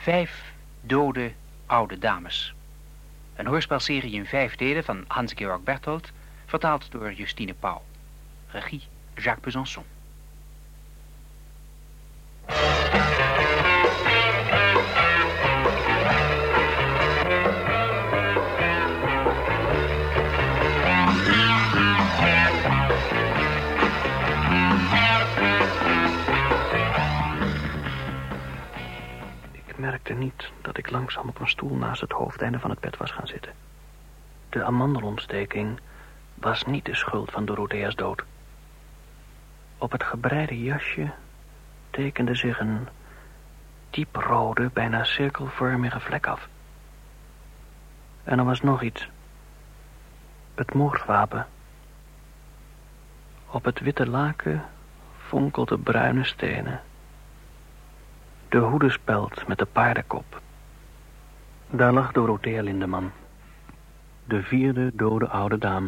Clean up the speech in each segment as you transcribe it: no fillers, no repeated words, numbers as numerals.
5 dode oude dames. Een hoorspelserie in 5 delen van Hans-Georg Berthold, vertaald door Justine Pauw. Regie Jacques Besançon. Ik merkte niet dat ik langzaam op een stoel naast het hoofdeinde van het bed was gaan zitten. De amandelontsteking was niet de schuld van Dorothea's dood. Op het gebreide jasje tekende zich een dieprode, bijna cirkelvormige vlek af. En er was nog iets. Het moordwapen. Op het witte laken fonkelden bruine stenen. De hoedespeld met de paardenkop. Daar lag Dorothea Lindeman. De 4e dode oude dame.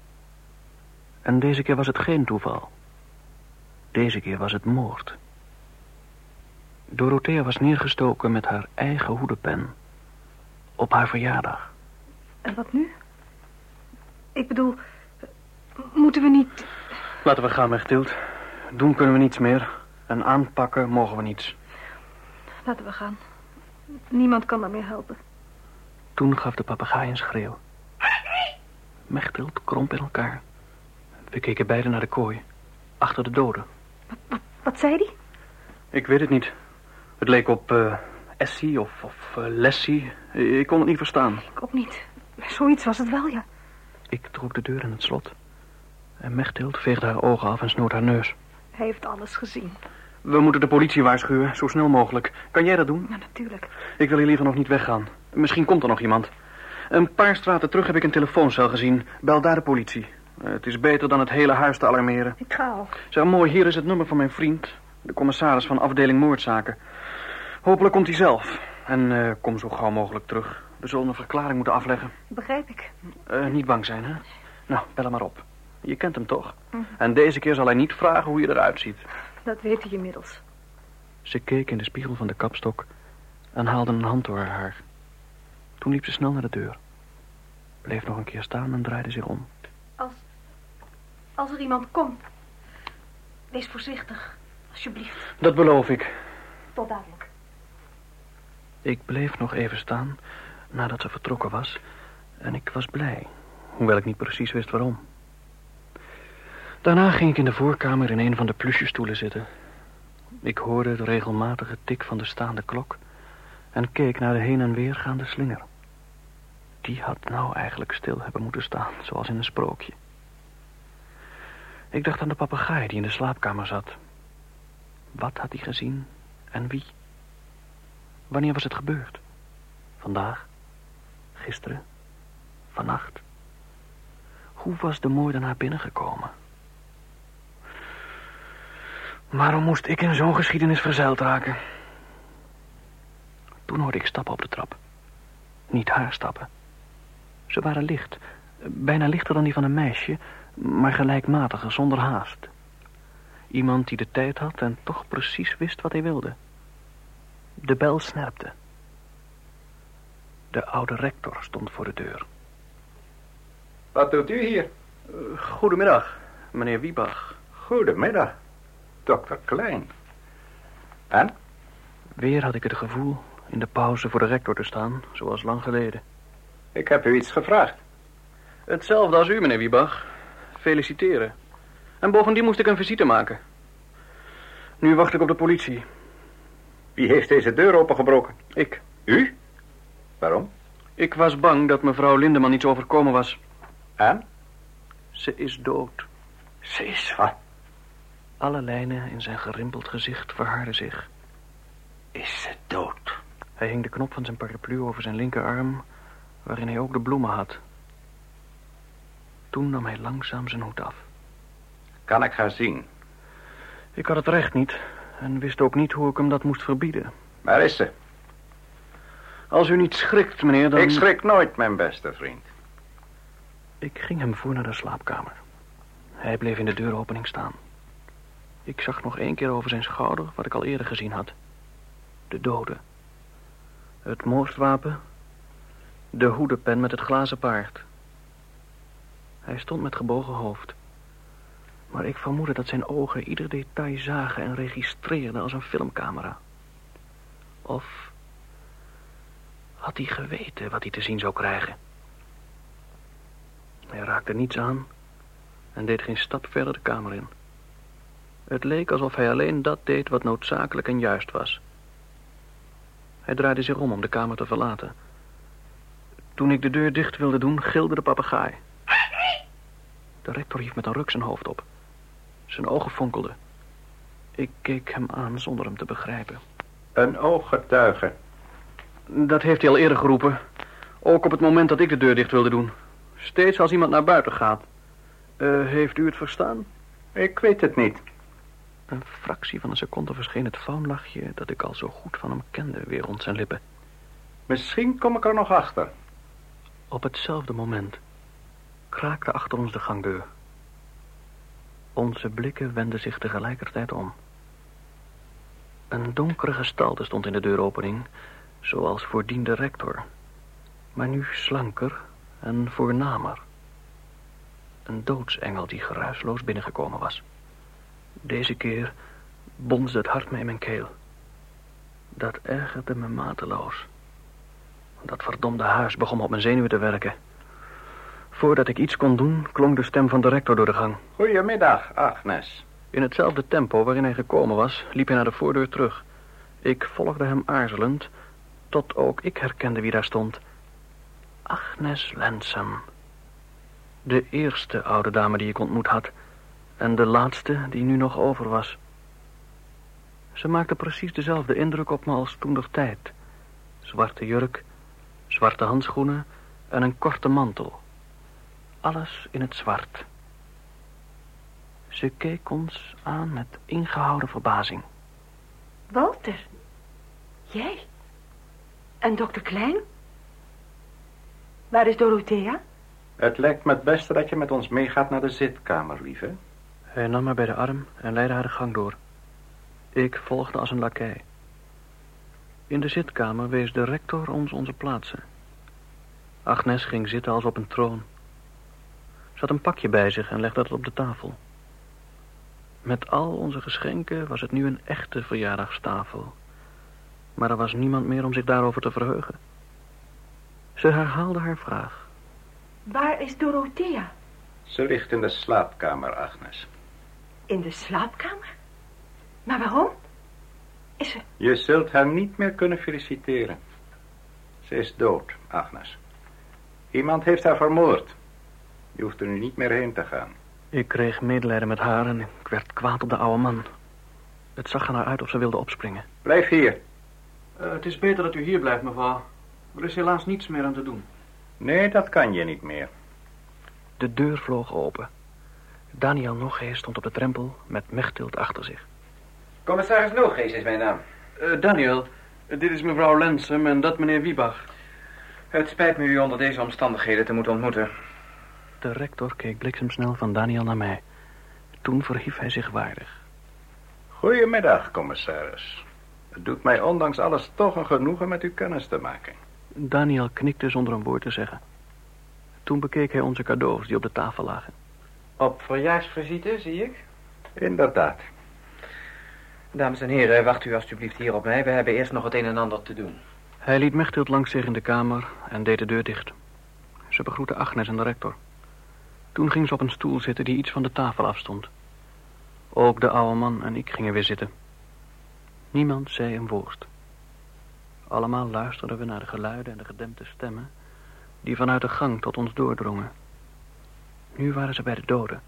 En deze keer was het geen toeval. Deze keer was het moord. Dorothea was neergestoken met haar eigen hoedenpen. Op haar verjaardag. En wat nu? Ik bedoel, moeten we niet... Laten we gaan, Mechtild. Doen kunnen we niets meer. En aanpakken mogen we niets. Laten we gaan. Niemand kan daar meer helpen. Toen gaf de papegaai een schreeuw. Mechtild kromp in elkaar. We keken beiden naar de kooi. Achter de doden. Wat zei die? Ik weet het niet. Het leek op Essie of Lessie. Ik kon het niet verstaan. Ik ook niet. Zoiets was het wel, ja. Ik trok de deur in het slot. En Mechtild veegde haar ogen af en snoot haar neus. Hij heeft alles gezien. We moeten de politie waarschuwen, zo snel mogelijk. Kan jij dat doen? Ja, natuurlijk. Ik wil hier liever nog niet weggaan. Misschien komt er nog iemand. Een paar straten terug heb ik een telefooncel gezien. Bel daar de politie. Het is beter dan het hele huis te alarmeren. Ik ga al. Zeg, mooi, hier is het nummer van mijn vriend. De commissaris van afdeling moordzaken. Hopelijk komt hij zelf. En kom zo gauw mogelijk terug. We zullen een verklaring moeten afleggen. Begrijp ik. Niet bang zijn, hè? Nou, bel hem maar op. Je kent hem toch? En deze keer zal hij niet vragen hoe je eruit ziet. Dat weet hij inmiddels. Ze keek in de spiegel van de kapstok en haalde een hand door haar haar. Toen liep ze snel naar de deur. Bleef nog een keer staan en draaide zich om. Als er iemand komt, wees voorzichtig, alsjeblieft. Dat beloof ik. Tot dadelijk. Ik bleef nog even staan nadat ze vertrokken was en ik was blij, hoewel ik niet precies wist waarom. Daarna ging ik in de voorkamer in een van de plusjestoelen zitten. Ik hoorde de regelmatige tik van de staande klok en keek naar de heen en weer gaande slinger. Die had nou eigenlijk stil hebben moeten staan, zoals in een sprookje. Ik dacht aan de papegaai die in de slaapkamer zat. Wat had hij gezien en wie? Wanneer was het gebeurd? Vandaag? Gisteren? Vannacht? Hoe was de moordenaar binnengekomen? Waarom moest ik in zo'n geschiedenis verzeild raken? Toen hoorde ik stappen op de trap. Niet haar stappen. Ze waren licht. Bijna lichter dan die van een meisje, maar gelijkmatiger, zonder haast. Iemand die de tijd had en toch precies wist wat hij wilde. De bel snerpte. De oude rector stond voor de deur. Wat doet u hier? Goedemiddag, meneer Wiebach. Goedemiddag, dokter Klein. En? Weer had ik het gevoel in de pauze voor de rector te staan, zoals lang geleden. Ik heb u iets gevraagd. Hetzelfde als u, meneer Wiebach. Feliciteren. En bovendien moest ik een visite maken. Nu wacht ik op de politie. Wie heeft deze deur opengebroken? Ik. U? Waarom? Ik was bang dat mevrouw Lindeman iets overkomen was. En? Ze is dood. Ze is wat? Alle lijnen in zijn gerimpeld gezicht verharden zich. Is ze dood? Hij hing de knop van zijn paraplu over zijn linkerarm, waarin hij ook de bloemen had. Toen nam hij langzaam zijn hoed af. Kan ik haar zien? Ik had het recht niet en wist ook niet hoe ik hem dat moest verbieden. Waar is ze? Als u niet schrikt, meneer, dan... Ik schrik nooit, mijn beste vriend. Ik ging hem voor naar de slaapkamer. Hij bleef in de deuropening staan. Ik zag nog 1 keer over zijn schouder wat ik al eerder gezien had. De dode. Het moordwapen, de hoedenpen met het glazen paard. Hij stond met gebogen hoofd. Maar ik vermoedde dat zijn ogen ieder detail zagen en registreerden als een filmcamera. Of had hij geweten wat hij te zien zou krijgen? Hij raakte niets aan en deed geen stap verder de kamer in. Het leek alsof hij alleen dat deed wat noodzakelijk en juist was. Hij draaide zich om de kamer te verlaten. Toen ik de deur dicht wilde doen, gilde de papegaai. De rector hief met een ruk zijn hoofd op. Zijn ogen fonkelden. Ik keek hem aan zonder hem te begrijpen. Een ooggetuige. Dat heeft hij al eerder geroepen. Ook op het moment dat ik de deur dicht wilde doen. Steeds als iemand naar buiten gaat. Heeft u het verstaan? Ik weet het niet. Een fractie van een seconde verscheen het faunlachje dat ik al zo goed van hem kende weer rond zijn lippen. Misschien kom ik er nog achter. Op hetzelfde moment kraakte achter ons de gangdeur. Onze blikken wendden zich tegelijkertijd om. Een donkere gestalte stond in de deuropening, zoals voordien de rector, maar nu slanker en voornamer. Een doodsengel die geruisloos binnengekomen was. Deze keer bonsde het hart me in mijn keel. Dat ergerde me mateloos. Dat verdomde huis begon op mijn zenuwen te werken. Voordat ik iets kon doen, klonk de stem van de rector door de gang. Goedemiddag, Agnes. In hetzelfde tempo waarin hij gekomen was, liep hij naar de voordeur terug. Ik volgde hem aarzelend, tot ook ik herkende wie daar stond. Agnes Lansam. De eerste oude dame die ik ontmoet had. En de laatste die nu nog over was. Ze maakte precies dezelfde indruk op me als toentertijd. Zwarte jurk, zwarte handschoenen en een korte mantel. Alles in het zwart. Ze keek ons aan met ingehouden verbazing. Walter, jij? En dokter Klein? Waar is Dorothea? Het lijkt me het beste dat je met ons meegaat naar de zitkamer, lieve. Hij nam haar bij de arm en leidde haar de gang door. Ik volgde als een lakei. In de zitkamer wees de rector ons onze plaatsen. Agnes ging zitten als op een troon. Ze had een pakje bij zich en legde het op de tafel. Met al onze geschenken was het nu een echte verjaardagstafel. Maar er was niemand meer om zich daarover te verheugen. Ze herhaalde haar vraag. Waar is Dorothea? Ze ligt in de slaapkamer, Agnes. In de slaapkamer? Maar waarom? Is ze... Je zult haar niet meer kunnen feliciteren. Ze is dood, Agnes. Iemand heeft haar vermoord. Je hoeft er nu niet meer heen te gaan. Ik kreeg medelijden met haar en ik werd kwaad op de oude man. Het zag er naar uit of ze wilde opspringen. Blijf hier. Het is beter dat u hier blijft, mevrouw. Er is helaas niets meer aan te doen. Nee, dat kan je niet meer. De deur vloog open. Daniel Nogees stond op de drempel met Mechthild achter zich. Commissaris Nogees is mijn naam. Daniel, dit is mevrouw Lansam en dat meneer Wiebach. Het spijt me u onder deze omstandigheden te moeten ontmoeten. De rector keek bliksemsnel van Daniel naar mij. Toen verhief hij zich waardig. Goedemiddag, commissaris. Het doet mij ondanks alles toch een genoegen met u kennis te maken. Daniel knikte zonder een woord te zeggen. Toen bekeek hij onze cadeaus die op de tafel lagen. Op verjaarsvisite, zie ik. Inderdaad. Dames en heren, wacht u alstublieft hier op mij. We hebben eerst nog het een en ander te doen. Hij liet Mechthild langs zich in de kamer en deed de deur dicht. Ze begroette Agnes en de rector. Toen ging ze op een stoel zitten die iets van de tafel afstond. Ook de oude man en ik gingen weer zitten. Niemand zei een woord. Allemaal luisterden we naar de geluiden en de gedempte stemmen die vanuit de gang tot ons doordrongen. Nu waren ze bij de doden.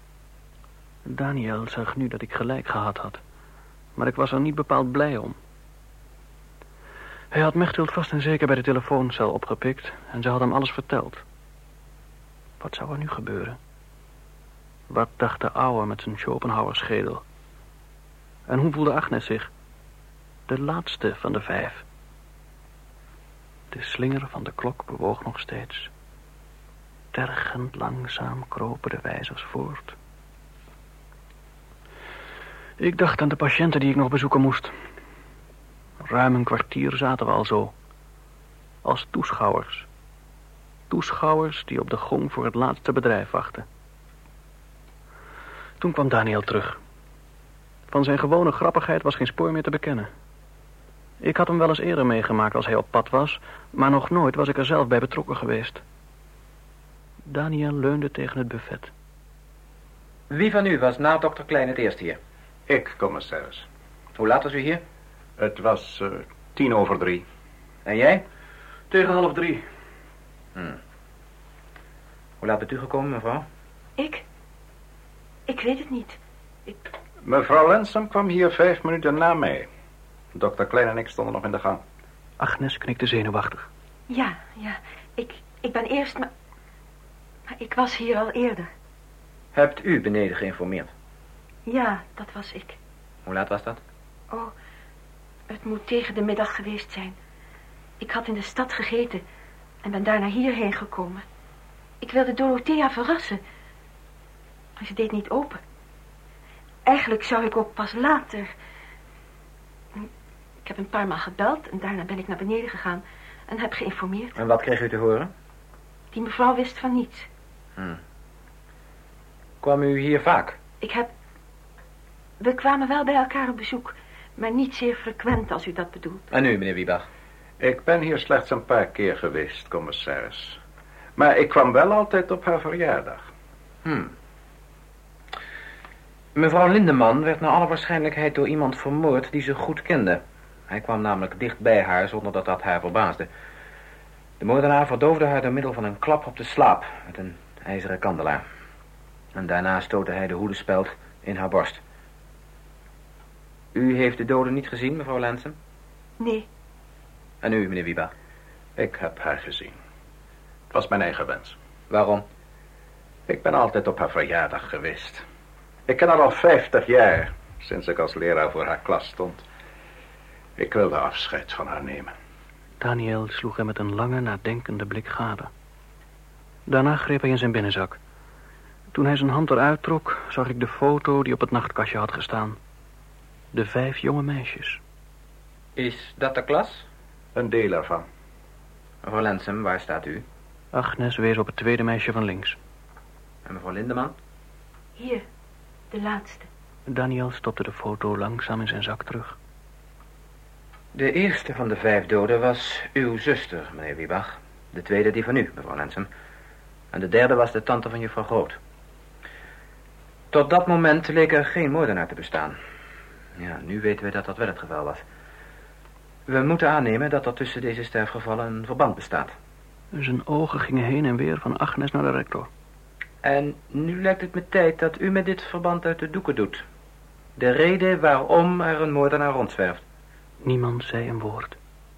Daniel zag nu dat ik gelijk gehad had, maar ik was er niet bepaald blij om. Hij had Mechthild vast en zeker bij de telefooncel opgepikt en ze had hem alles verteld. Wat zou er nu gebeuren? Wat dacht de ouwe met zijn Schopenhauer schedel? En hoe voelde Agnes zich? De laatste van de 5. De slinger van de klok bewoog nog steeds. Tergend langzaam kropen de wijzers voort. Ik dacht aan de patiënten die ik nog bezoeken moest. Ruim een kwartier zaten we al zo. Als toeschouwers. Toeschouwers die op de gong voor het laatste bedrijf wachten. Toen kwam Daniel terug. Van zijn gewone grappigheid was geen spoor meer te bekennen. Ik had hem wel eens eerder meegemaakt als hij op pad was, maar nog nooit was ik er zelf bij betrokken geweest. Daniel leunde tegen het buffet. Wie van u was na dokter Klein het eerst hier? Ik, commissaris. Hoe laat was u hier? Het was 2:10. En jij? Tegen 2:30. Hoe laat bent u gekomen, mevrouw? Ik weet het niet. Mevrouw Lensum kwam hier 5 minuten na mij. Dokter Klein en ik stonden nog in de gang. Agnes knikte zenuwachtig. Ja. Ik ben eerst, maar ik was hier al eerder. Hebt u beneden geïnformeerd? Ja, dat was ik. Hoe laat was dat? Oh, het moet tegen de middag geweest zijn. Ik had in de stad gegeten en ben daarna hierheen gekomen. Ik wilde Dorothea verrassen. Maar ze deed niet open. Eigenlijk zou ik ook pas later... Ik heb een paar maal gebeld en daarna ben ik naar beneden gegaan en heb geïnformeerd. En wat kreeg u te horen? Die mevrouw wist van niets. Kwam u hier vaak? We kwamen wel bij elkaar op bezoek, maar niet zeer frequent als u dat bedoelt. En u, meneer Wiebach? Ik ben hier slechts een paar keer geweest, commissaris. Maar ik kwam wel altijd op haar verjaardag. Mevrouw Lindeman werd naar alle waarschijnlijkheid door iemand vermoord die ze goed kende. Hij kwam namelijk dicht bij haar zonder dat dat haar verbaasde. De moordenaar verdoofde haar door middel van een klap op de slaap met een ijzeren kandelaar. En daarna stootte hij de hoedenspeld in haar borst. U heeft de dode niet gezien, mevrouw Lensum? Nee. En u, meneer Wiebach? Ik heb haar gezien. Het was mijn eigen wens. Waarom? Ik ben altijd op haar verjaardag geweest. Ik ken haar al 50 jaar, sinds ik als leraar voor haar klas stond. Ik wilde afscheid van haar nemen. Daniel sloeg hem met een lange, nadenkende blik gade. Daarna greep hij in zijn binnenzak. Toen hij zijn hand eruit trok, zag ik de foto die op het nachtkastje had gestaan. De 5 jonge meisjes. Is dat de klas? Een deel ervan. Mevrouw Lensum, waar staat u? Agnes wees op het tweede meisje van links. En mevrouw Lindeman? Hier, de laatste. Daniel stopte de foto langzaam in zijn zak terug. De eerste van de 5 doden was uw zuster, meneer Wiebach. De tweede die van u, mevrouw Lensum. En de derde was de tante van juffrouw Groot. Tot dat moment leek er geen moordenaar te bestaan. Ja, nu weten we dat dat wel het geval was. We moeten aannemen dat er tussen deze sterfgevallen een verband bestaat. Zijn ogen gingen heen en weer van Agnes naar de rector. En nu lijkt het me tijd dat u met dit verband uit de doeken doet. De reden waarom er een moordenaar rondzwerft. Niemand zei een woord.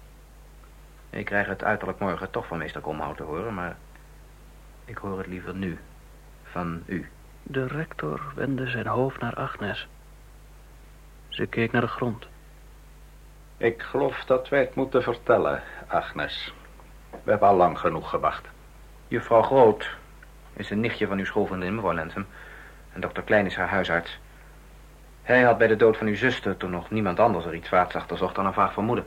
Ik krijg het uiterlijk morgen toch van meester Komhout te horen, maar ik hoor het liever nu. Van u. De rector wendde zijn hoofd naar Agnes. Ze keek naar de grond. Ik geloof dat wij het moeten vertellen, Agnes. We hebben al lang genoeg gewacht. Juffrouw Groot is een nichtje van uw schoolvriendin, mevrouw Lensum. En dokter Klein is haar huisarts. Hij had bij de dood van uw zuster, toen nog niemand anders er iets vaads achter zocht, dan een vaag vermoeden.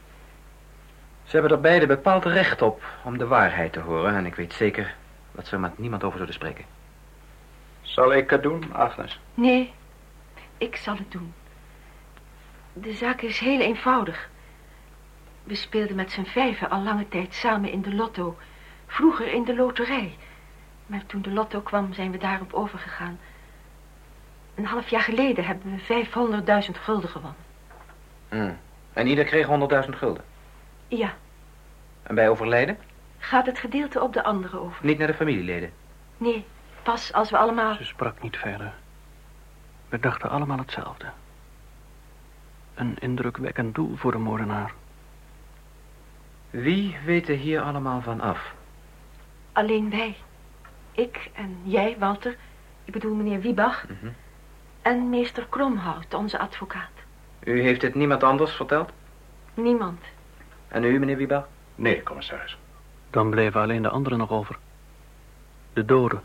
Ze hebben er beide bepaald recht op om de waarheid te horen. En ik weet zeker dat ze er met niemand over zullen spreken. Zal ik het doen, Agnes? Nee, ik zal het doen. De zaak is heel eenvoudig. We speelden met z'n 5 al lange tijd samen in de lotto. Vroeger in de loterij. Maar toen de lotto kwam, zijn we daarop overgegaan. Een half jaar geleden hebben we 500.000 gulden gewonnen. En ieder kreeg 100.000 gulden? Ja. En bij overlijden? Gaat het gedeelte op de andere over? Niet naar de familieleden? Nee, pas als we allemaal... Ze sprak niet verder. We dachten allemaal hetzelfde. Een indrukwekkend doel voor de moordenaar. Wie weet er hier allemaal van af? Alleen wij. Ik en jij, Walter. Ik bedoel meneer Wiebach. En meester Kromhout, onze advocaat. U heeft het niemand anders verteld? Niemand. En u, meneer Wiebach? Nee, commissaris. Dan bleven alleen de anderen nog over. De doden.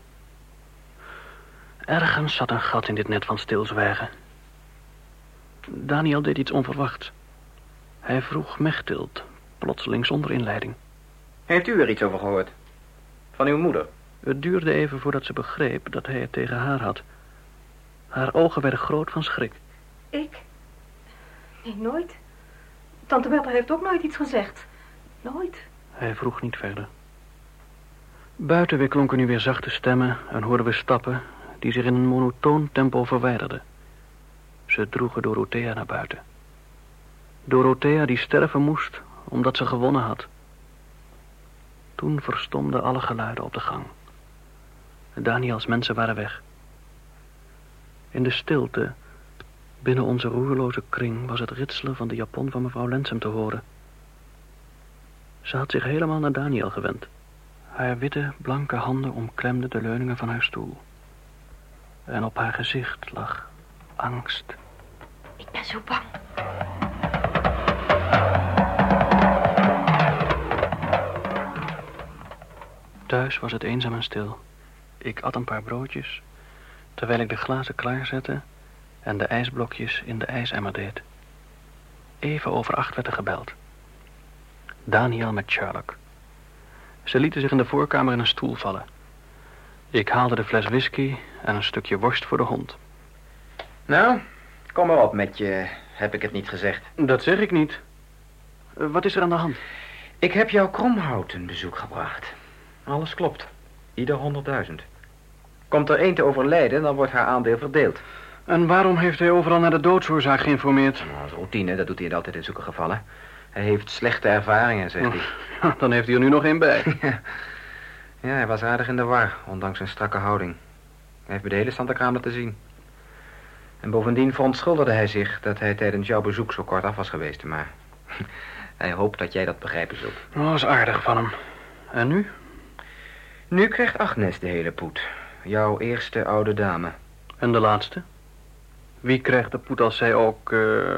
Ergens zat een gat in dit net van stilzwijgen. Daniel deed iets onverwachts. Hij vroeg Mechthild, plotseling zonder inleiding. Heeft u er iets over gehoord? Van uw moeder? Het duurde even voordat ze begreep dat hij het tegen haar had. Haar ogen werden groot van schrik. Ik? Nee, nooit. Tante Bertha heeft ook nooit iets gezegd. Nooit. Hij vroeg niet verder. Buiten weer klonken nu weer zachte stemmen en hoorden we stappen die zich in een monotoon tempo verwijderden. Ze droegen Dorothea naar buiten. Dorothea die sterven moest omdat ze gewonnen had. Toen verstomden alle geluiden op de gang. Daniels mensen waren weg. In de stilte, binnen onze roerloze kring, was het ritselen van de japon van mevrouw Lensem te horen. Ze had zich helemaal naar Daniel gewend. Haar witte, blanke handen omklemden de leuningen van haar stoel. En op haar gezicht lag angst. Ik ben zo bang. Thuis was het eenzaam en stil. Ik at een paar broodjes, terwijl ik de glazen klaarzette en de ijsblokjes in de ijsemmer deed. Even over 8 werd er gebeld. Daniel met Sherlock. Ze lieten zich in de voorkamer in een stoel vallen. Ik haalde de fles whisky en een stukje worst voor de hond. Nou, kom maar op met je, heb ik het niet gezegd. Dat zeg ik niet. Wat is er aan de hand? Ik heb jouw Kromhout een bezoek gebracht. Alles klopt. Ieder 100.000. Komt er 1 te overlijden, dan wordt haar aandeel verdeeld. En waarom heeft hij overal naar de doodsoorzaak geïnformeerd? Nou, dat is routine, dat doet hij altijd in zulke gevallen. Hij heeft slechte ervaringen, zegt hij. Dan heeft hij er nu nog één bij. Ja, hij was aardig in de war, ondanks zijn strakke houding. Hij heeft me de hele Santakraam laten zien. En bovendien verontschuldigde hij zich dat hij tijdens jouw bezoek zo kort af was geweest. Maar hij hoopt dat jij dat begrijpen zult. Oh, dat is aardig van hem. En nu? Nu krijgt Agnes de hele poet. Jouw eerste oude dame. En de laatste? Wie krijgt de poet als zij ook,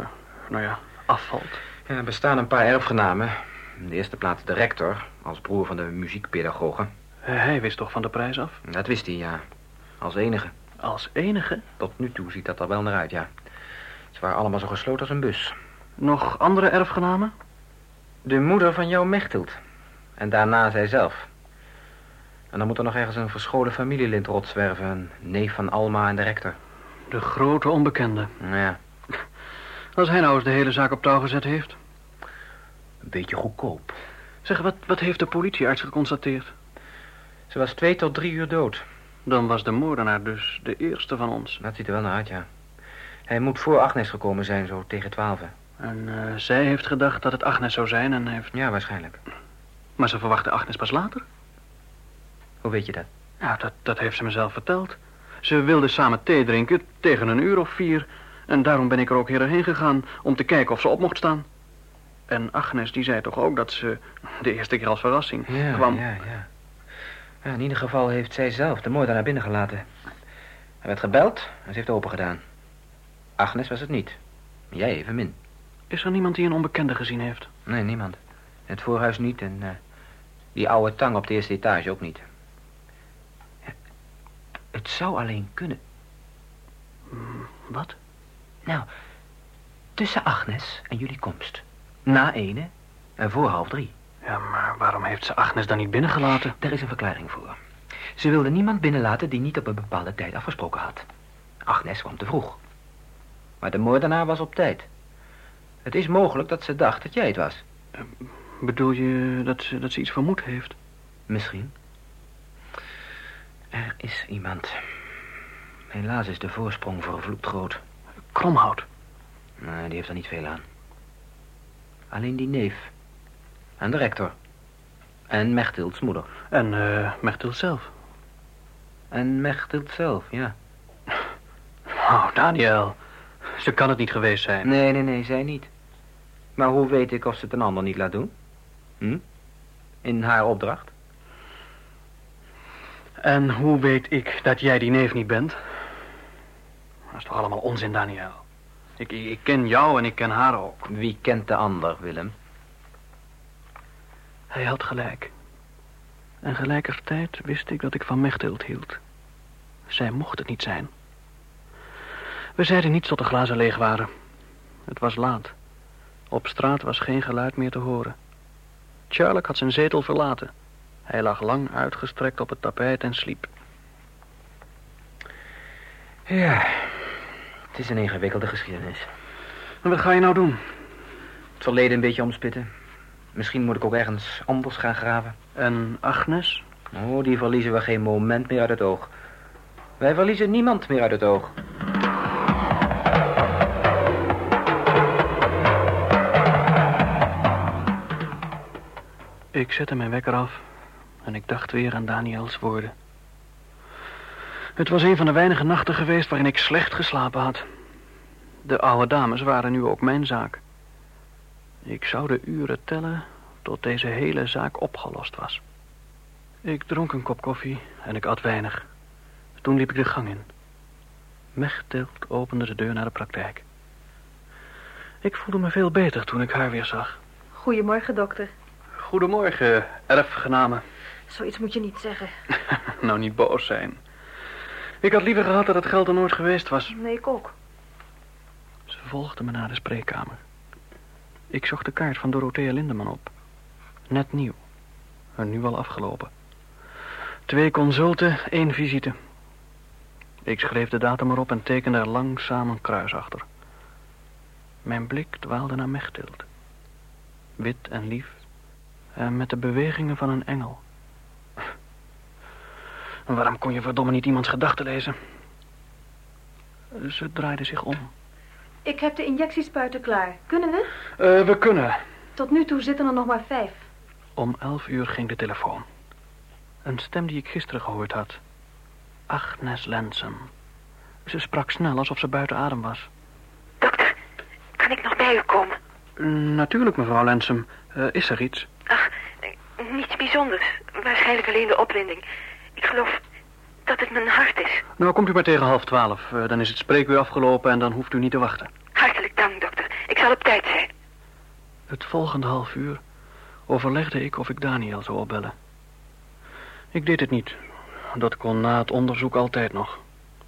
afvalt? Ja, er bestaan een paar erfgenamen. In de eerste plaats de rector, als broer van de muziekpedagoge. Hij wist toch van de prijs af? Dat wist hij, ja. Als enige. Als enige? Tot nu toe ziet dat er wel naar uit, ja. Ze waren allemaal zo gesloten als een bus. Nog andere erfgenamen? De moeder van jouw Mechthild. En daarna zijzelf. En dan moet er nog ergens een verscholen familielid rondzwerven. Een neef van Alma en de rector. De grote onbekende. Ja. Als hij nou eens de hele zaak op touw gezet heeft. Een beetje goedkoop. Zeg, wat heeft de politiearts geconstateerd? Ze was 2 tot 3 uur dood. Dan was de moordenaar dus de eerste van ons. Dat ziet er wel naar uit, ja. Hij moet voor Agnes gekomen zijn, zo tegen 12. En zij heeft gedacht dat het Agnes zou zijn en heeft... Ja, waarschijnlijk. Maar ze verwachtte Agnes pas later. Hoe weet je dat? Ja, dat heeft ze mezelf verteld. Ze wilden samen thee drinken tegen 1 uur of 4. En daarom ben ik er ook hierheen gegaan om te kijken of ze op mocht staan. En Agnes die zei toch ook dat ze de eerste keer als verrassing kwam. Ja. In ieder geval heeft zij zelf de moordenaar binnengelaten. Hij werd gebeld en ze heeft opengedaan. Agnes was het niet. Jij evenmin. Is er niemand die een onbekende gezien heeft? Nee, niemand. In het voorhuis niet en die oude tang op de eerste etage ook niet. Het zou alleen kunnen. Wat? Nou, tussen Agnes en jullie komst. Na 1 en voor 2:30. Ja, maar waarom heeft ze Agnes dan niet binnengelaten? Daar is een verklaring voor. Ze wilde niemand binnenlaten die niet op een bepaalde tijd afgesproken had. Agnes kwam te vroeg. Maar de moordenaar was op tijd. Het is mogelijk dat ze dacht dat jij het was. Bedoel je dat ze iets vermoed heeft? Misschien. Er is iemand. Helaas is de voorsprong vervloekt groot. Kromhout. Nee, die heeft er niet veel aan. Alleen die neef. En de rector. En Mechthilds moeder. En Mechthild zelf. En Mechthild zelf, ja. Oh, Daniel. Ze kan het niet geweest zijn. Nee, zij niet. Maar hoe weet ik of ze het een ander niet laat doen? In haar opdracht? En hoe weet ik dat jij die neef niet bent? Dat is toch allemaal onzin, Daniel. Ik ken jou en ik ken haar ook. Wie kent de ander, Willem? Hij had gelijk. En gelijkertijd wist ik dat ik van Mechthild hield. Zij mocht het niet zijn. We zeiden niets tot de glazen leeg waren. Het was laat. Op straat was geen geluid meer te horen. Charlock had zijn zetel verlaten. Hij lag lang uitgestrekt op het tapijt en sliep. Ja, het is een ingewikkelde geschiedenis. En wat ga je nou doen? Het verleden een beetje omspitten. Misschien moet ik ook ergens anders gaan graven. En Agnes? Oh, die verliezen we geen moment meer uit het oog. Wij verliezen niemand meer uit het oog. Ik zette mijn wekker af en ik dacht weer aan Daniels woorden. Het was een van de weinige nachten geweest waarin ik slecht geslapen had. De oude dames waren nu ook mijn zaak. Ik zou de uren tellen tot deze hele zaak opgelost was. Ik dronk een kop koffie en ik at weinig. Toen liep ik de gang in. Mechthild opende de deur naar de praktijk. Ik voelde me veel beter toen ik haar weer zag. Goedemorgen, dokter. Goedemorgen, erfgename. Zoiets moet je niet zeggen. Nou, niet boos zijn. Ik had liever gehad dat het geld er nooit geweest was. Nee, ik ook. Ze volgde me naar de spreekkamer. Ik zocht de kaart van Dorothea Lindeman op. Net nieuw. En nu al afgelopen. 2 consulten, 1 visite. Ik schreef de datum erop en tekende er langzaam een kruis achter. Mijn blik dwaalde naar Mechthild. Wit en lief. En met de bewegingen van een engel. Waarom kon je verdomme niet iemands gedachten lezen? Ze draaide zich om. Ik heb de injectiespuiten klaar. Kunnen we? We kunnen. Tot nu toe zitten er nog maar 5. Om 11 uur ging de telefoon. Een stem die ik gisteren gehoord had. Agnes Lensen. Ze sprak snel alsof ze buiten adem was. Dokter, kan ik nog bij u komen? Natuurlijk, mevrouw Lensen. Is er iets? Ach, niets bijzonders. Waarschijnlijk alleen de opwinding. Ik geloof dat het mijn hart is. Nou, komt u maar tegen 11:30. Dan is het spreekuur afgelopen en dan hoeft u niet te wachten. Hartelijk dank, dokter. Ik zal op tijd zijn. Het volgende half uur overlegde ik of ik Daniel zou opbellen. Ik deed het niet. Dat kon na het onderzoek altijd nog.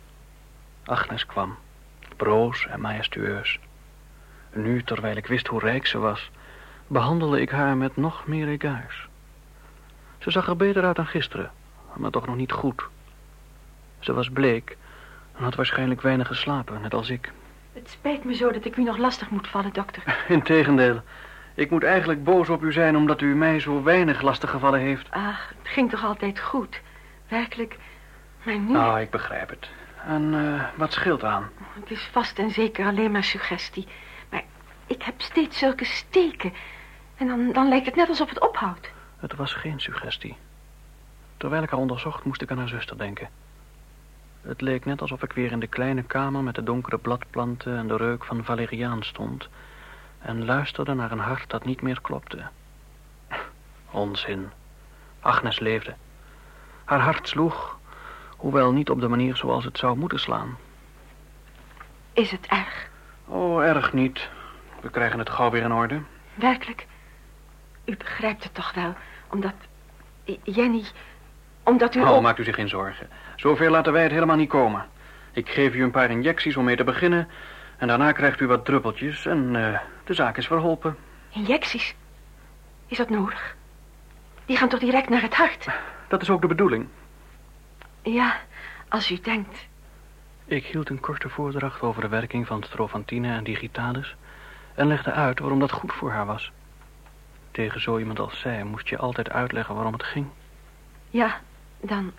Agnes kwam, broos en majestueus. Nu, terwijl ik wist hoe rijk ze was, behandelde ik haar met nog meer egaars. Ze zag er beter uit dan gisteren, maar toch nog niet goed. Ze was bleek en had waarschijnlijk weinig geslapen, net als ik. Het spijt me zo dat ik u nog lastig moet vallen, dokter. Integendeel, ik moet eigenlijk boos op u zijn omdat u mij zo weinig lastig gevallen heeft. Ach, het ging toch altijd goed. Werkelijk, maar nu... Nou, ik begrijp het. En wat scheelt aan? Het is vast en zeker alleen maar suggestie. Maar ik heb steeds zulke steken. En dan lijkt het net alsof het ophoudt. Het was geen suggestie. Terwijl ik haar onderzocht, moest ik aan haar zuster denken. Het leek net alsof ik weer in de kleine kamer met de donkere bladplanten en de reuk van valeriaan stond en luisterde naar een hart dat niet meer klopte. Onzin. Agnes leefde. Haar hart sloeg, hoewel niet op de manier zoals het zou moeten slaan. Is het erg? Oh, erg niet. We krijgen het gauw weer in orde. Werkelijk? U begrijpt het toch wel, omdat... Jenny... Omdat u ook... Maakt u zich geen zorgen. Zover laten wij het helemaal niet komen. Ik geef u een paar injecties om mee te beginnen en daarna krijgt u wat druppeltjes en de zaak is verholpen. Injecties? Is dat nodig? Die gaan toch direct naar het hart? Dat is ook de bedoeling. Ja, als u denkt. Ik hield een korte voordracht over de werking van strofantine en digitalis en legde uit waarom dat goed voor haar was. Tegen zo iemand als zij moest je altijd uitleggen waarom het ging. Ja, dan...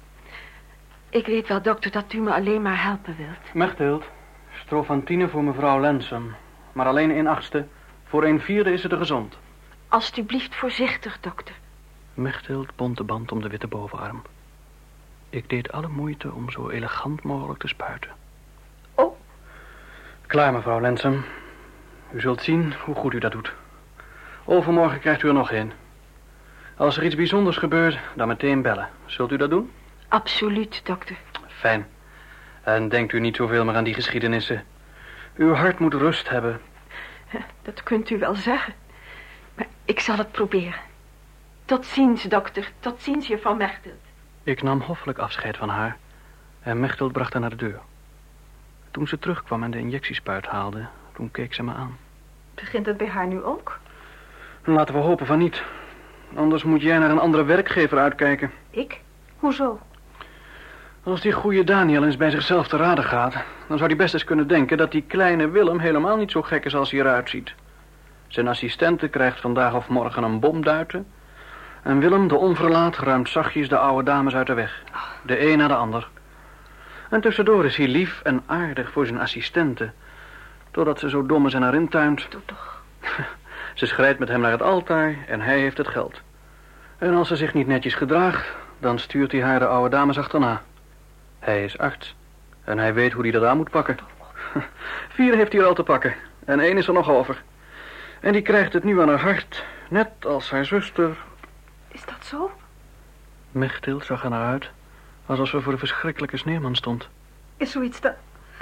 Ik weet wel, dokter, dat u me alleen maar helpen wilt. Mechthild, strofantine voor mevrouw Lensen. Maar alleen 1/8. Voor 1/4 is het er gezond. Alsjeblieft voorzichtig, dokter. Mechthild bond de band om de witte bovenarm. Ik deed alle moeite om zo elegant mogelijk te spuiten. Oh. Klaar, mevrouw Lensen. U zult zien hoe goed u dat doet. Overmorgen krijgt u er nog 1. Als er iets bijzonders gebeurt, dan meteen bellen. Zult u dat doen? Absoluut, dokter. Fijn. En denkt u niet zoveel meer aan die geschiedenissen. Uw hart moet rust hebben. Dat kunt u wel zeggen. Maar ik zal het proberen. Tot ziens, dokter. Tot ziens, juffrouw Mechthild. Ik nam hoffelijk afscheid van haar en Mechthild bracht haar naar de deur. Toen ze terugkwam en de injectiespuit haalde, toen keek ze me aan. Begint het bij haar nu ook? Laten we hopen van niet. Anders moet jij naar een andere werkgever uitkijken. Ik? Hoezo? Als die goede Daniel eens bij zichzelf te raden gaat, dan zou hij best eens kunnen denken dat die kleine Willem helemaal niet zo gek is als hij eruit ziet. Zijn assistente krijgt vandaag of morgen een bomduiten. En Willem, de onverlaat, ruimt zachtjes de oude dames uit de weg. De een na de ander. En tussendoor is hij lief en aardig voor zijn assistente. Totdat ze zo dom is en erin tuint. Doe toch. Ze schrijdt met hem naar het altaar en hij heeft het geld. En als ze zich niet netjes gedraagt, dan stuurt hij haar de oude dames achterna. Hij is arts. En hij weet hoe hij dat aan moet pakken. 4 heeft hij er al te pakken. En 1 is er nog over. En die krijgt het nu aan haar hart. Net als haar zuster. Is dat zo? Mechthild zag er naar uit. Alsof ze voor de verschrikkelijke sneeuwman stond. Is zoiets dat...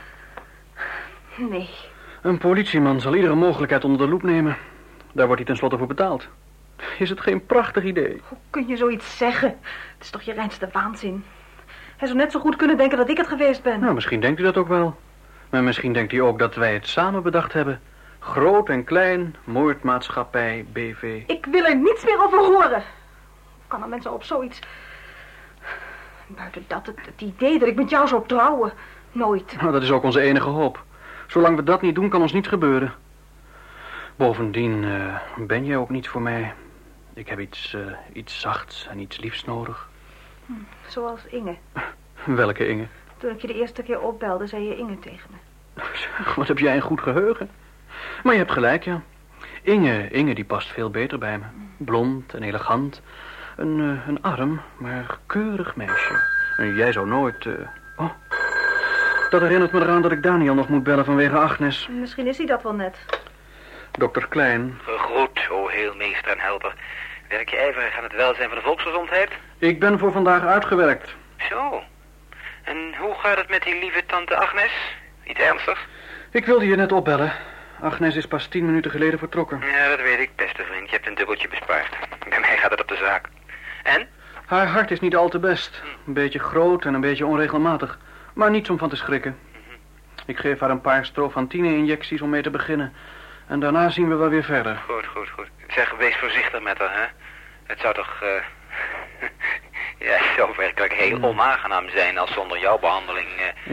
Nee. Een politieman zal iedere mogelijkheid onder de loep nemen. Daar wordt hij tenslotte voor betaald. Is het geen prachtig idee? Hoe kun je zoiets zeggen? Het is toch je reinste waanzin. Hij zou net zo goed kunnen denken dat ik het geweest ben. Nou, misschien denkt u dat ook wel. Maar misschien denkt u ook dat wij het samen bedacht hebben. Groot en klein, moordmaatschappij, BV. Ik wil er niets meer over horen. Kan een mens op zoiets... Buiten dat, het idee dat ik met jou zou trouwen. Nooit. Nou, dat is ook onze enige hoop. Zolang we dat niet doen, kan ons niets gebeuren. Bovendien ben jij ook niet voor mij. Ik heb iets zachts en iets liefs nodig. Zoals Inge. Welke Inge? Toen ik je de eerste keer opbelde, zei je Inge tegen me. Wat heb jij een goed geheugen. Maar je hebt gelijk, ja. Inge die past veel beter bij me. Blond en elegant. Een arm, maar keurig meisje. En jij zou nooit... Oh, dat herinnert me eraan dat ik Daniel nog moet bellen vanwege Agnes. Misschien is hij dat wel net. Dokter Klein. Gegroet, o heelmeester en helper. Werk je ijverig aan het welzijn van de volksgezondheid? Ik ben voor vandaag uitgewerkt. Zo. En hoe gaat het met die lieve tante Agnes? Iets ernstigs? Ik wilde je net opbellen. Agnes is pas 10 minuten geleden vertrokken. Ja, dat weet ik, beste vriend. Je hebt een dubbeltje bespaard. Bij mij gaat het op de zaak. En? Haar hart is niet al te best. Een beetje groot en een beetje onregelmatig. Maar niets om van te schrikken. Ik geef haar een paar strofantine-injecties om mee te beginnen. En daarna zien we wel weer verder. Goed. Zeg, wees voorzichtig met haar, hè. Het zou toch... ja, het zou werkelijk heel onaangenaam zijn als zonder jouw behandeling...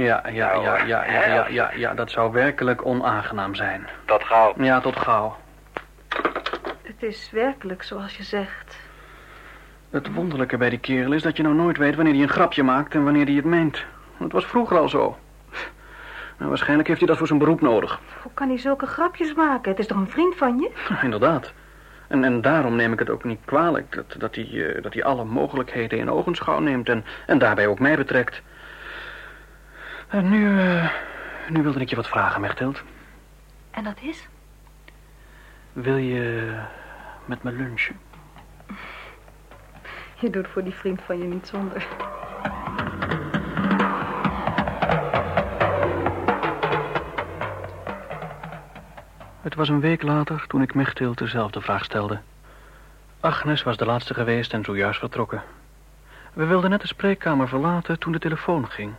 Ja, dat zou werkelijk onaangenaam zijn. Tot gauw. Ja, tot gauw. Het is werkelijk zoals je zegt. Het wonderlijke bij die kerel is dat je nou nooit weet wanneer hij een grapje maakt en wanneer hij het meent. Het was vroeger al zo. Nou, waarschijnlijk heeft hij dat voor zijn beroep nodig. Hoe kan hij zulke grapjes maken? Het is toch een vriend van je? Inderdaad. En daarom neem ik het ook niet kwalijk dat hij alle mogelijkheden in ogenschouw neemt en daarbij ook mij betrekt. En nu wilde ik je wat vragen, Mechthild. En dat is? Wil je met me lunchen? Je doet voor die vriend van je niet zonder. Het was een week later toen ik Mechthild dezelfde vraag stelde. Agnes was de laatste geweest en zojuist vertrokken. We wilden net de spreekkamer verlaten toen de telefoon ging.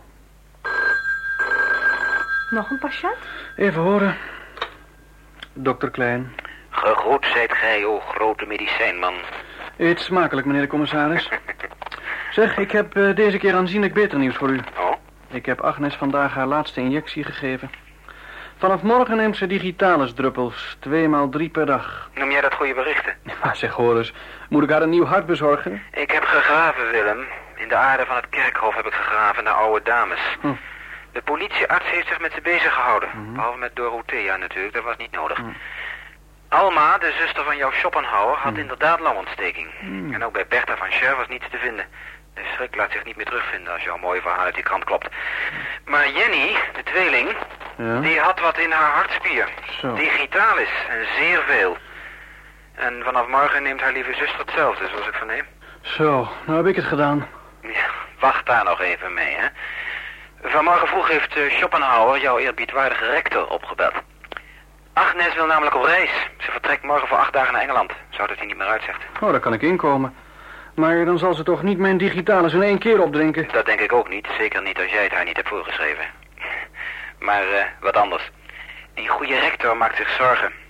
Nog een patiënt? Even horen. Dokter Klein. Gegroet zijt gij, o grote medicijnman. Eet smakelijk, meneer de commissaris. Zeg, ik heb deze keer aanzienlijk beter nieuws voor u. Oh? Ik heb Agnes vandaag haar laatste injectie gegeven. Vanaf morgen neemt ze digitalis-druppels, 2x3 per dag. Noem jij dat goede berichten? Maar zeg, hoor eens, moet ik haar een nieuw hart bezorgen? Ik heb gegraven, Willem. In de aarde van het kerkhof heb ik gegraven naar oude dames. De politiearts heeft zich met ze bezig gehouden. Behalve met Dorothea natuurlijk, dat was niet nodig. Alma, de zuster van jouw Schopenhauer, had inderdaad longontsteking. En ook bij Bertha van Scher was niets te vinden. De schrik laat zich niet meer terugvinden als jouw mooie verhaal uit die krant klopt. Maar Jenny, de tweeling, die had wat in haar hartspier. Zo. Digitalis en zeer veel. En vanaf morgen neemt haar lieve zuster hetzelfde, zoals ik verneem. Zo, nou heb ik het gedaan. Ja, wacht daar nog even mee, hè. Vanmorgen vroeg heeft Schopenhauer jouw eerbiedwaardige rector opgebeld. Agnes wil namelijk op reis. Ze vertrekt morgen voor 8 dagen naar Engeland. Zou dat hij niet meer uitzegt. Oh, daar kan ik inkomen. Maar dan zal ze toch niet mijn digitalis in 1 keer opdrinken? Dat denk ik ook niet. Zeker niet als jij het haar niet hebt voorgeschreven. Maar wat anders. Die goede rector maakt zich zorgen.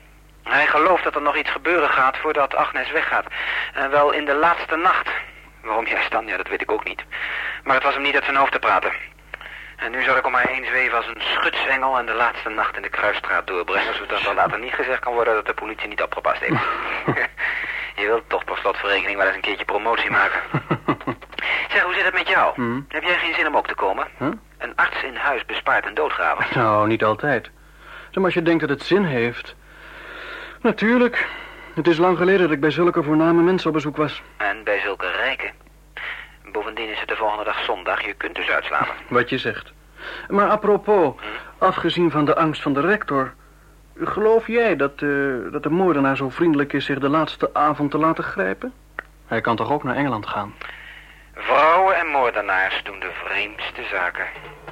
Hij gelooft dat er nog iets gebeuren gaat voordat Agnes weggaat. En wel in de laatste nacht. Waarom juist dan? Ja, dat weet ik ook niet. Maar het was hem niet uit zijn hoofd te praten. En nu zal ik om haar heen zweven als een schutsengel en de laatste nacht in de Kruisstraat doorbrengen, zodat er later niet gezegd kan worden dat de politie niet opgepast heeft. Je wilt toch per slotverrekening wel eens een keertje promotie maken. Zeg, hoe zit het met jou? Heb jij geen zin om ook te komen? Een arts in huis bespaart een doodgraver. Nou, niet altijd. Zeg maar, als je denkt dat het zin heeft. Natuurlijk. Het is lang geleden dat ik bij zulke voorname mensen op bezoek was. En bij zulke rijken. Bovendien is het de volgende dag zondag. Je kunt dus uitslapen. Wat je zegt. Maar apropos, afgezien van de angst van de rector, geloof jij dat de moordenaar zo vriendelijk is zich de laatste avond te laten grijpen? Hij kan toch ook naar Engeland gaan? Vrouwen en moordenaars doen de vreemdste zaken.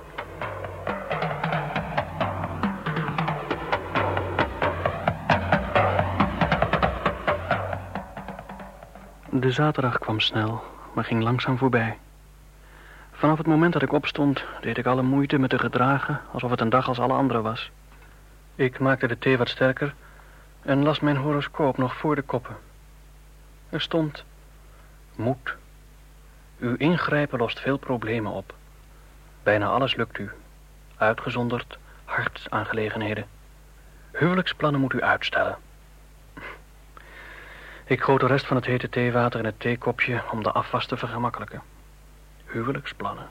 De zaterdag kwam snel, maar ging langzaam voorbij. Vanaf het moment dat ik opstond, deed ik alle moeite me te gedragen alsof het een dag als alle andere was. Ik maakte de thee wat sterker en las mijn horoscoop nog voor de koppen. Er stond: moed. Uw ingrijpen lost veel problemen op. Bijna alles lukt u, uitgezonderd hartsaangelegenheden. Huwelijksplannen moet u uitstellen. Ik goot de rest van het hete theewater in het theekopje om de afwas te vergemakkelijken. Huwelijksplannen.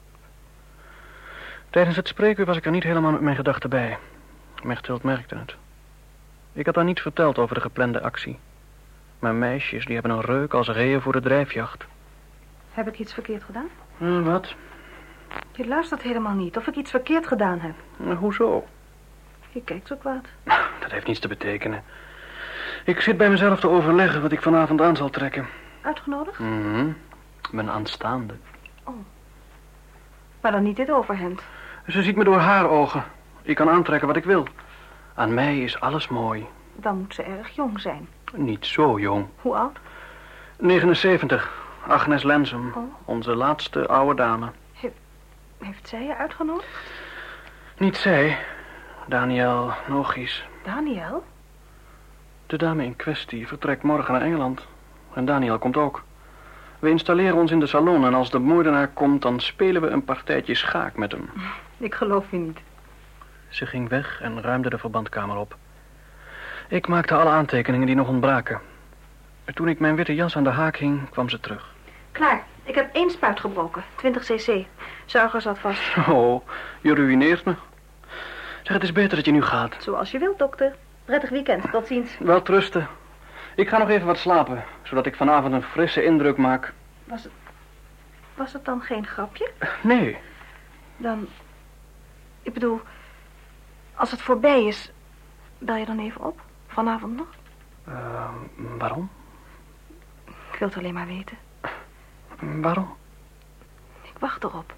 Tijdens het spreken was ik er niet helemaal met mijn gedachten bij. Mechthild merkte het. Ik had haar niet verteld over de geplande actie. Maar meisjes, die hebben een reuk als reeën voor de drijfjacht. Heb ik iets verkeerd gedaan? Wat? Je luistert helemaal niet of ik iets verkeerd gedaan heb. Hoezo? Je kijkt zo kwaad. Dat heeft niets te betekenen. Ik zit bij mezelf te overleggen wat ik vanavond aan zal trekken. Uitgenodigd? Mijn aanstaande. Oh. Maar dan niet dit overhemd. Ze ziet me door haar ogen. Ik kan aantrekken wat ik wil. Aan mij is alles mooi. Dan moet ze erg jong zijn. Niet zo jong. Hoe oud? 79. Agnes Lensum. Oh. Onze laatste oude dame. Heeft zij je uitgenodigd? Niet zij. Daniel Nogis. Daniel? De dame in kwestie vertrekt morgen naar Engeland. En Daniel komt ook. We installeren ons in de salon en als de moordenaar komt, dan spelen we een partijtje schaak met hem. Ik geloof je niet. Ze ging weg en ruimde de verbandkamer op. Ik maakte alle aantekeningen die nog ontbraken. Toen ik mijn witte jas aan de haak hing, kwam ze terug. Klaar. Ik heb 1 spuit gebroken. 20 cc. Zuiger zat vast. Oh, je ruïneert me. Zeg, het is beter dat je nu gaat. Zoals je wilt, dokter. Prettig weekend. Tot ziens. Wel trusten. Ik ga nog even wat slapen, zodat ik vanavond een frisse indruk maak. Was het dan geen grapje? Nee. Dan... Ik bedoel... Als het voorbij is, bel je dan even op? Vanavond nog? Waarom? Ik wil het alleen maar weten. Waarom? Ik wacht erop.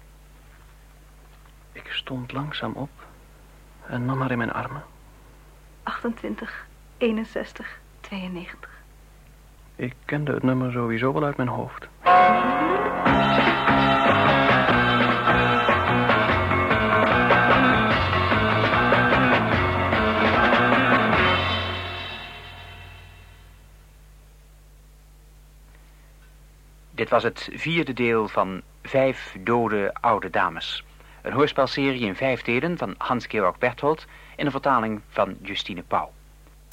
Ik stond langzaam op en nam haar in mijn armen. 28, 61, 92. Ik kende het nummer sowieso wel uit mijn hoofd. Dit was het 4e deel van 5 dode oude dames. Een hoorspelserie in 5 delen van Hans-Georg Berthold in een vertaling van Justine Pauw.